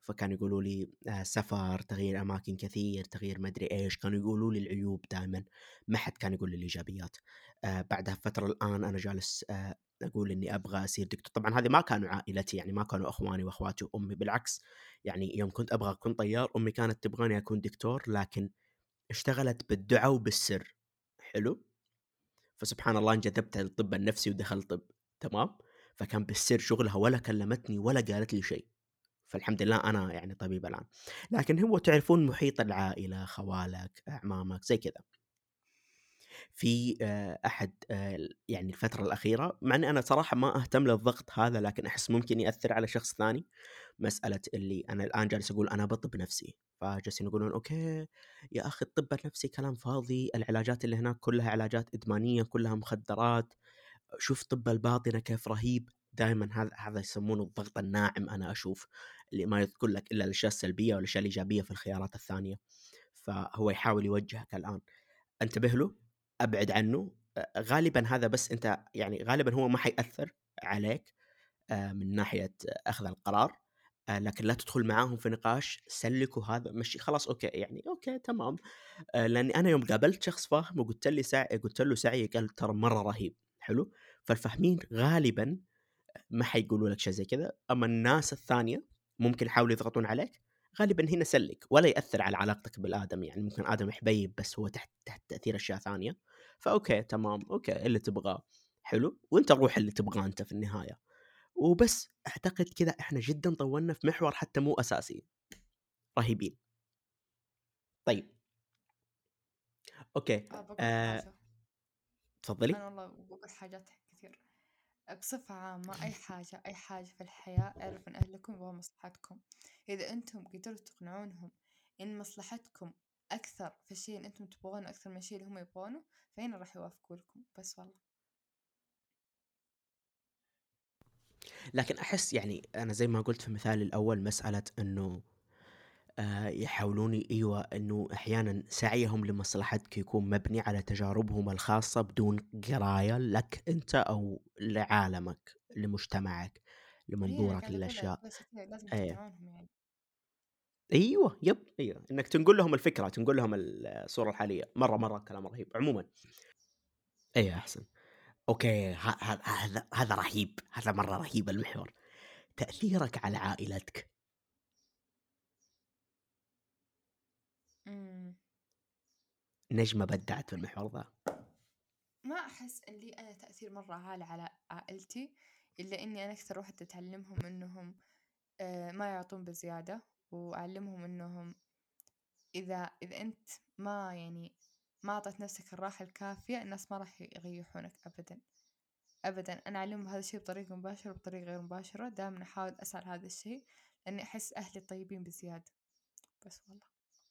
فكانوا يقولوا لي آه، سفر، تغيير أماكن كثير، تغيير ما أدري إيش، كانوا يقولوا لي العيوب دائما، ما حد كان يقول لي الإيجابيات. آه، بعدها فترة الآن أنا جالس آه، أقول إني أبغى أصير دكتور. طبعا هذه ما كانوا عائلتي، يعني ما كانوا أخواني وأخواتي وأمي، بالعكس. يعني يوم كنت أبغى أكون طيار أمي كانت تبغاني أكون دكتور، لكن اشتغلت بالدعاء وبالسر. حلو. فسبحان الله انجذبت للطب النفسي ودخلت طب. تمام. فكان بالسر شغلها، ولا كلمتني ولا قالت لي شيء. فالحمد لله أنا يعني طبيب الآن. لكن هو تعرفون محيط العائلة، خوالك، أعمامك، زي كذا. في آه، أحد آه، يعني الفترة الأخيرة، مع أني أنا صراحة ما أهتم للضغط هذا، لكن أحس ممكن يأثر على شخص ثاني. مسألة اللي أنا الآن جالس أقول أنا بطب نفسي، فجالسين يقولون أوكي يا أخي الطب النفسي كلام فاضي، العلاجات اللي هناك كلها علاجات إدمانية، كلها مخدرات. شوف طب الباطنة كيف رهيب. دائما هذا هذا يسمونه الضغط الناعم. أنا أشوف اللي ما يذكر لك إلا الأشياء السلبية والأشياء الإيجابية في الخيارات الثانية. فهو يحاول يوجهك الآن، انتبه له، ابعد عنه. آه، غالبا هذا بس انت يعني غالبا هو ما حيأثر عليك آه، من ناحية اخذ القرار. آه، لكن لا تدخل معاهم في نقاش، سلكوا هذا مشي خلاص اوكي يعني اوكي تمام. آه، لاني انا يوم قابلت شخص فاهم وقلت لي سعي، قلت له سعي، قال ترى مرة رهيب. حلو. فالفاهمين غالبا ما حيقولوا لك شيء زي كذا. اما الناس الثانيه ممكن يحاولوا يضغطون عليك. غالبا هنا سلك، ولا ياثر على علاقتك بالادم. يعني ممكن ادم حبيب بس هو تحت تحت تاثير اشياء ثانيه. فاوكي تمام، اوكي اللي تبغاه حلو، وانت روح اللي تبغاه انت في النهايه. وبس اعتقد كذا احنا جدا طولنا في محور حتى مو اساسي. رهيبين. طيب اوكي. آه بقول آه، حاجة. تفضلي. أنا والله بقول حاجات كثير. بصفة عامة أي حاجة أي حاجة في الحياة اعرفوا إن أهلكم يبغوا مصلحتكم. إذا أنتم قدرتوا تقنعونهم إن مصلحتكم أكثر في الشيء اللي أنتم تبغونه أكثر من الشيء اللي هم يبغونه، فهنا راح يوافقوا لكم. بس والله لكن احس يعني انا زي ما قلت في مثالي الاول، مساله انه آه، يحاولون ايوه انه احيانا سعيهم لمصلحتك يكون مبني على تجاربهم الخاصه بدون قرايه لك انت او لعالمك، لمجتمعك، هي أنا لمنظورك قاعدة أقولها للاشياء. بس كذا لازم ايه. تقنعونهم يعني. ايوه يب ايوه انك تنقل لهم الفكره، تنقل لهم الصوره الحاليه. مره مره كلام رهيب عموما. ايه احسن. اوكي ه- ه- هذا هذا رهيب، هذا مره رهيب المحور. تاثيرك على عائلتك. أمم. نجمه بدعت في المحور ذا. ما أحس إن لي أنا تأثير مرة عالي على عائلتي، إلا إني أنا أكثر واحدة تعلمهم إنهم آه، ما يعطون بزيادة، وأعلمهم إنهم إذا إذا أنت ما يعني ما أعطيت نفسك الراحة الكافية الناس ما راح يريحونك أبدا أبدا. أنا أعلمهم هذا الشيء بطريقة مباشرة وبطريقة غير مباشرة، دائما أحاول أسعى لهذا الشيء لأني أحس أهلي طيبين بزيادة. بس والله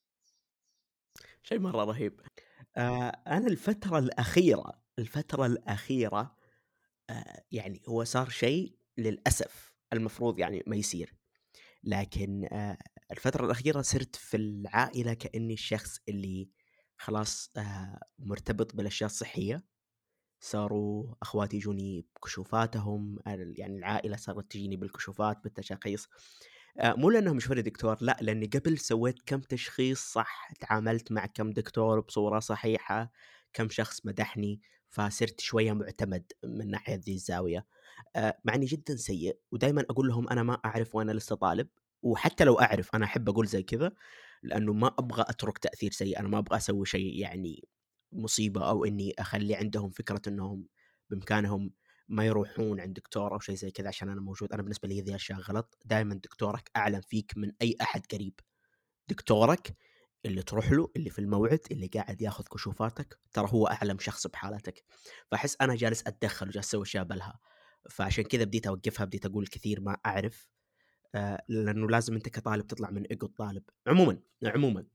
شيء مره رهيب. آه، أنا الفترة الأخيرة الفترة الأخيرة آه، يعني هو صار شيء للأسف المفروض يعني ما يصير. لكن آه، الفترة الأخيرة صرت في العائلة كأني الشخص اللي خلاص آه، مرتبط بالأشياء الصحية. صاروا أخواتي يجوني بكشوفاتهم، يعني العائلة صارت تجيني بالكشوفات بالتشخيص. آه، مو لأنهم يشوفوني دكتور، لا، لأني قبل سويت كم تشخيص صح، تعاملت مع كم دكتور بصورة صحيحة، كم شخص مدحني، فصرت شوية معتمد من ناحية ذي الزاوية. آه، مع إني جدا سيء، ودائما أقول لهم أنا ما أعرف وأنا لسه طالب. وحتى لو أعرف أنا أحب أقول زي كذا، لأنه ما أبغى أترك تأثير سيء. أنا ما أبغى أسوي شيء يعني مصيبة، أو إني أخلي عندهم فكرة أنهم بإمكانهم ما يروحون عند دكتور أو شيء زي كذا عشان أنا موجود. أنا بالنسبة لي ذي أشياء غلط. دائما دكتورك أعلم فيك من أي أحد قريب. دكتورك اللي تروح له، اللي في الموعد، اللي قاعد ياخذ كشوفاتك، ترى هو أعلم شخص بحالتك. فأحس أنا جالس أتدخل وجالس أسوي أشياء بلها. فعشان كذا بديت أوقفها، بديت أقول كثير ما أعرف. آه، لأنه لازم أنت كطالب تطلع من إيجو الطالب. عموما عموما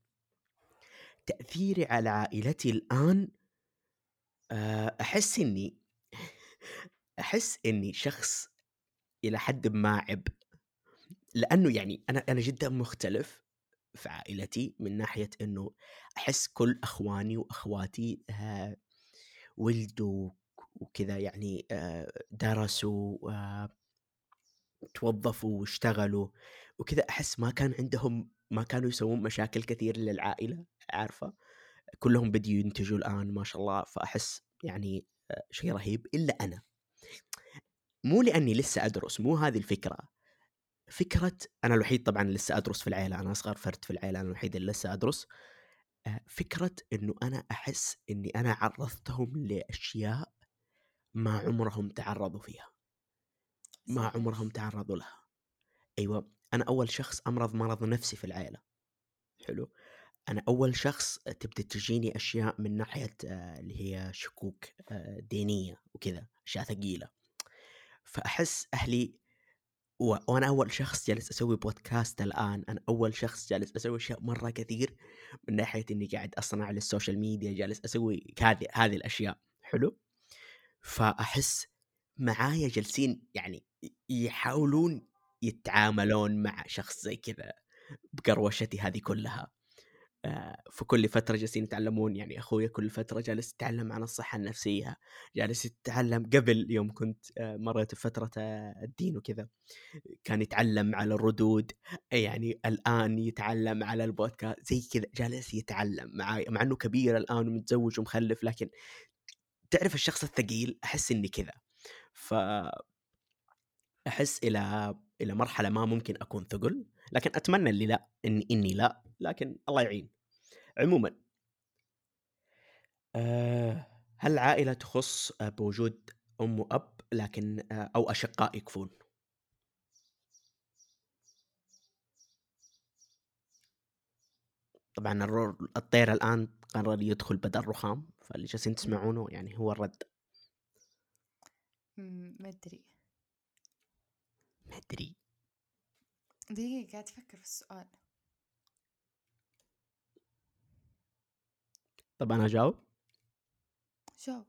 تأثيري على عائلتي الآن، آه، أحس إني أحس إني شخص إلى حد ما عبء. لأنه يعني أنا أنا جدا مختلف في عائلتي من ناحية إنه أحس كل أخواني وأخواتي آه، ولدوا وكذا، يعني آه، درسوا، آه، توظفوا واشتغلوا وكذا، أحس ما كان عندهم ما كانوا يسوون مشاكل كثير للعائلة، عارفة؟ كلهم بديوا ينتجوا الآن ما شاء الله، فأحس يعني آآ شيء رهيب. إلا أنا، مو لأني لسه أدرس، مو هذه الفكرة. فكرة أنا الوحيد طبعًا اللي لسه أدرس في العيلة، أنا أصغر فرد في العيلة، أنا الوحيد اللي لسه أدرس. آآ فكرة إنه أنا أحس إني أنا عرّضتهم لأشياء ما عمرهم تعرّضوا فيها، ما صحيح. عمرهم تعرّضوا لها. أيوه، أنا أول شخص أمرض مرض نفسي في العيلة، حلو؟ أنا أول شخص تبدأ تجيني أشياء من ناحية آآ اللي هي شكوك آآ دينية وكذا، أشياء ثقيلة. فأحس أهلي و وأنا أول شخص جالس أسوي بودكاست الآن، أنا أول شخص جالس أسوي أشياء مرّة كثير من ناحية إني قاعد أصنع للسوشيال ميديا، جالس أسوي هذه هذه الأشياء، حلو؟ فأحس معايا جالسين يعني ي يحاولون يتعاملون مع شخص زي كذا بقروشتي هذه كلها. آآ فكل فترة جالسين يتعلمون، يعني أخويا كل فترة جالس يتعلم عن الصحة النفسية، جالس يتعلم قبل يوم كنت آآ مرّيت بفترة آه، الدين وكذا، كان يتعلم على الردود، يعني الآن يتعلم على البودكا زي كذا، جالس يتعلم معاي، مع إنه كبير الآن ومتزوج ومخلف، لكن تعرف الشخص الثقيل، أحس إني كذا. فأحس إلى إلى مرحلة ما ممكن أكون ثقل، لكن أتمنى اللي لأ، إني إني لأ، لكن الله يعين. عمومًا آآ هل العائلة تخُص آآ بوجود أم وأب لكن آآ أو أشقاء يكفون؟ طبعًا الر الطير الآن قرر يدخل بدل الرخام، فاللي جالسين تسمعونه يعني هو الرد. إمم، ما أدري. ما أدري. دقيقة قاعدة أفكر في السؤال. طب أنا أجاوب؟ جاوب.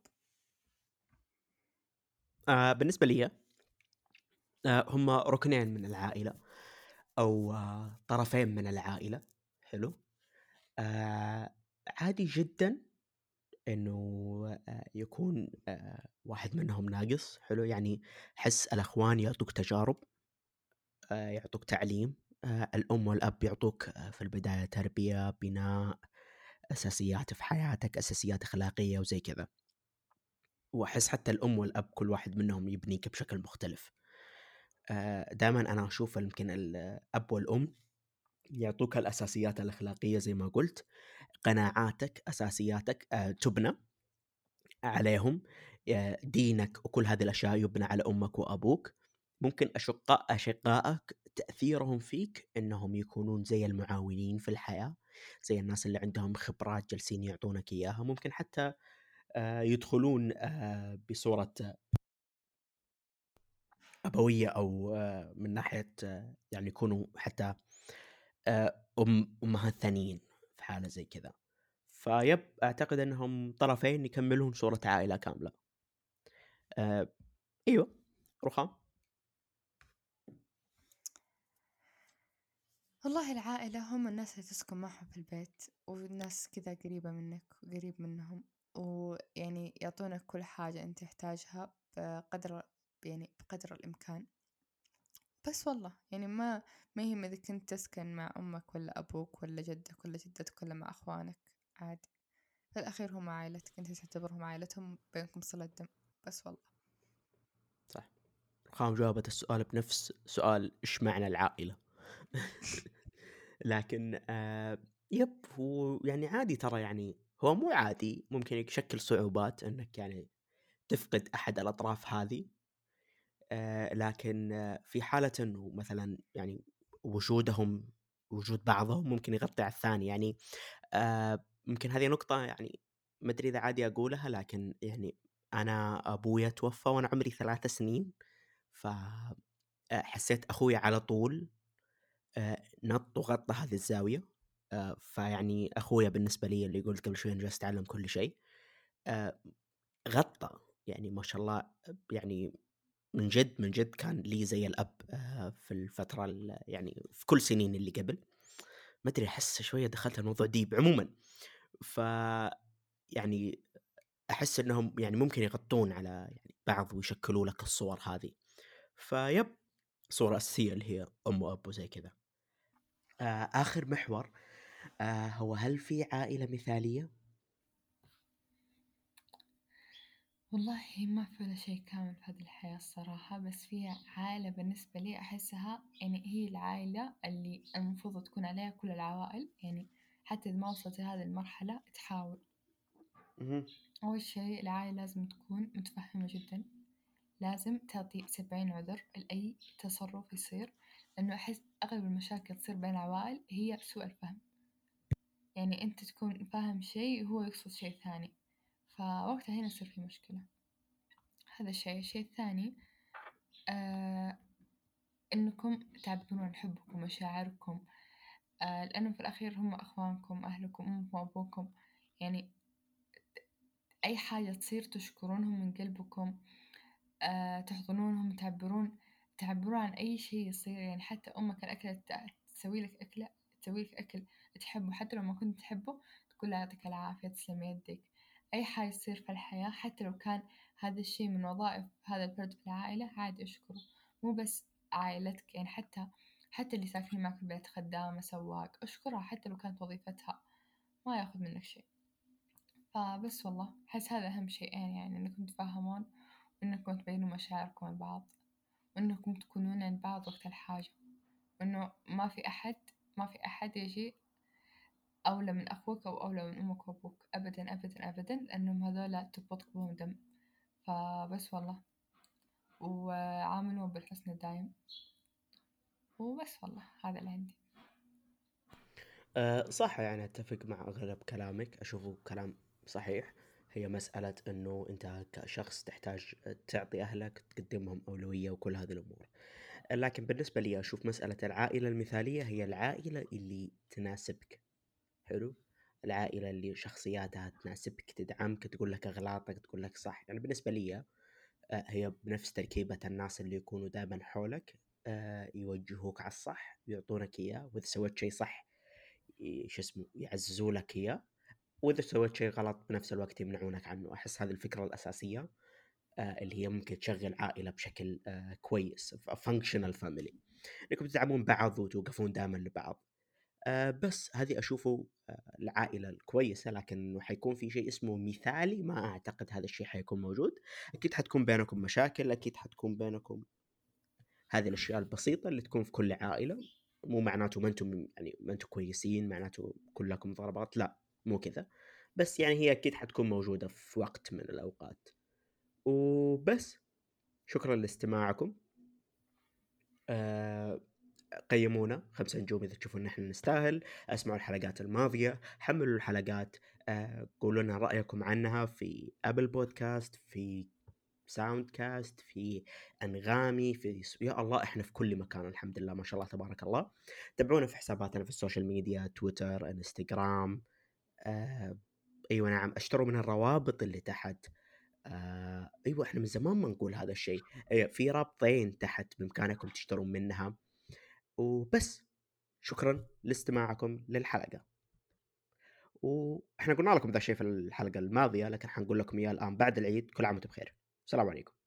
آآ بالنسبة ليّا آآ هم ركنين من العائلة أو آه طرفين من العائلة، حلو؟ آآ عادي جدًا إنه آآ يكون آآ واحد منهم ناقص، حلو؟ يعني أحس الأخوان يعطوك تجارب، آآ يعطوك تعليم، آآ الأم والأب يعطوك آآ في البداية تربية، بناء، أساسيات في حياتك، أساسيات أخلاقية وزي كذا. وأحس حتى الأم والأب كل واحد منهم يبنيك بشكل مختلف. آآ دايمًا أنا أشوف يمكن الأب والأم يعطوك الأساسيات الأخلاقية زي ما قُلت، قناعاتك، أساسياتك آآ تُبنى عليهم، آآ دينك وكل هذه الأشياء يُبنى على أمك وأبوك. ممكن أشقاء أشقائك تأثيرهم فيك إنهم يكونون زي المعاونين في الحياة، زي الناس اللي عندهم خبرات جالسين يعطونك إياها، ممكن حتى آآ يدخلون آآ بصورة أبوية أو آآ من ناحية آه، يعني يكونوا حتى آآ أم أمهات ثانيين في حالة زي كذا. فيب أعتقد أنهم طرفين يكملون صورة عائلة كاملة. آآ أيوه، رخام. والله العائلة هم الناس اللي تسكن معهم في البيت، والناس كذا قريبة منك وقريب منهم، ويعني يعطونك كل حاجة أنت تحتاجها بقدر، يعني بقدر الإمكان. بس والله يعني ما ما يهم إذا كنت تسكن مع أمك ولا أبوك ولا جدك ولا جدتك ولا مع أخوانك، عادي. في الأخير هم عائلتك، أنت تعتبرهم عائلتهم، بينكم صلة دم. بس والله. صح. رخام جاوبت السؤال بنفس سؤال إيش معنى العائلة. لكن آآ يب هو يعني عادي ترى، يعني هو مو عادي، ممكن يشكل صعوبات إنك يعني تفقد أحد الأطراف هذه. آآ لكن آه، في حالة إنه مثلًا يعني وجودهم وجود بعضهم ممكن يغطي على الثاني، يعني آآ ممكن هذه نقطة يعني ما أدري إذا عادي أقولها، لكن يعني أنا أبويا توفى وأنا عمري ثلاث سنين، ف آآ حسيت أخويا على طول آآ نَط وغطى هذه الزاوية. آآ فيعني أخويا بالنسبة لي اللي قُلت قبل شوي إنه جالس أتعلم كل شيء، آآ غطى، يعني ما شاء الله يعني من جد، من جد كان لي زي الأب آآ في الفترة ال يعني في كل سنين اللي قبل. ما أدري أحس شوية دخلت الموضوع deep عمومًا. ف يعني أحس إنهم يعني ممكن يغطون على يعني بعض ويشكلوا لك الصور هذه. فيب صورة أساسية اللي هي أم وأب وزي كذا. آه، آخر محور، آه، هو هل في عائلة مثالية؟ والله ما في ولا شيء كامل في هذه الحياة الصراحة، بس في عائلة بالنسبة لي أحسها يعني هي العائلة اللي المفروض تكون عليها كل العوائل، يعني حتى إذا ما وصلت لهذه المرحلة تحاول. مهم. أول شيء العائلة لازم تكون متفهمة جدا، لازم تعطي سبعين عذر لأي تصرف يصير، لأنه أحس أغلب المشاكل تصير بين العوائل هي سوء الفهم، يعني أنت تكون فاهم شيء وهو يقصد شيء ثاني، فوقتها هنا يصير في مشكلة. هذا الشيء. الشيء الثاني آه إنكم تعبرون عن حبكم ومشاعركم، آه لأنه في الأخير هم أخوانكم، أهلكم، أمكم وأبوكم، يعني أي حاجة تصير تشكرونهم من قلبكم، آه تحضنونهم، تعبرون تعبرون عن أي شيء يصير، يعني حتى أمك الأكلة ت- تسوي لك أكلة، تسوي لك أكل تحبه حتى لو ما كنت تحبه، تقول لها يعطيك العافية تسلم يدك. أي حاجة تصير في الحياة حتى لو كان هذا الشيء من وظائف هذا الفرد في العائلة عادي اشكره، مو بس عائلتك، يعني حتى حتى اللي ساكنين معك في البيت، خدامة، سواق، اشكرها حتى لو كانت وظيفتها ما ياخذ منك شيء. فبس والله أحس هذا أهم شيئين، يعني إنكم تتفاهمون وإنكم تبينوا مشاعركم لبعض وإنكم تكونون عند بعض وقت الحاجة، وإنه ما في أحد ما في أحد يجي أولى من أخوك أو أولى من أمك وأبوك، أبدا أبدا أبدا، لأنهم هذولا تربطك بهم دم. فبس والله، وعاملوا بالحسن الدايم، وبس والله هذا اللي عندي. أه صح، يعني أتفق مع أغلب كلامك، أشوفه كلام صحيح. هي مسألة أنه أنت كشخص تحتاج تعطي أهلك، تقدمهم أولوية وكل هذه الأمور. لكن بالنسبة لي أشوف مسألة العائلة المثالية هي العائلة اللي تناسبك. حلو. العائلة اللي شخصياتها تناسبك، تدعمك، تقول لك أغلاطك، تقول لك صح. يعني بالنسبة لي آه، هي بنفس تركيبة الناس اللي يكونوا دائما حولك، آه، يوجهوك على الصح، يعطونك إياه، وإذا سويت شيء صح ي- شو اسمه يعززوا لك إياه، وإذا سويت شيء غلط بنفس الوقت يمنعونك عنه. أحس هذه الفكرة الأساسية آه، اللي هي ممكن تشغل عائلة بشكل آه، كويس، فانكشنال فاميلي، انكم تدعمون بعض وتوقفون دائما لبعض. آه، بس هذه اشوفه آه، العائله الكويسه. لكن انه حيكون في شيء اسمه مثالي، ما اعتقد هذا الشيء حيكون موجود. اكيد حتكون بينكم مشاكل، اكيد حتكون بينكم هذه الاشياء البسيطه اللي تكون في كل عائله. مو معناته ما انتم يعني ما انتم كويسين، معناته كلكم ضربات، لا، مو كذا. بس يعني هي اكيد حتكون موجوده في وقت من الاوقات. وبس. شكرا لاستماعكم. آه، قيمونا خمسة نجوم إذا تشوفون نحن نستاهل. اسمعوا الحلقات الماضية، حملوا الحلقات، آه، قولوا لنا رأيكم عنها في أبل بودكاست، في ساوند كاست، في أنغامي، في س- يا الله إحنا في كل مكان الحمد لله، ما شاء الله تبارك الله. تابعونا في حساباتنا في السوشيال ميديا، تويتر، انستغرام. آه، أيوة نعم، اشتروا من الروابط اللي تحت. آه، أيوة إحنا من زمان ما نقول هذا الشيء. أيوة، في رابطين تحت بإمكانكم تشترون منها. وبس. شكرا لاستماعكم للحلقة. واحنا قلنا لكم ذا الشيء في الحلقة الماضية، لكن حنقول لكم اياه الآن بعد العيد. كل عام وانتم بخير. السلام عليكم.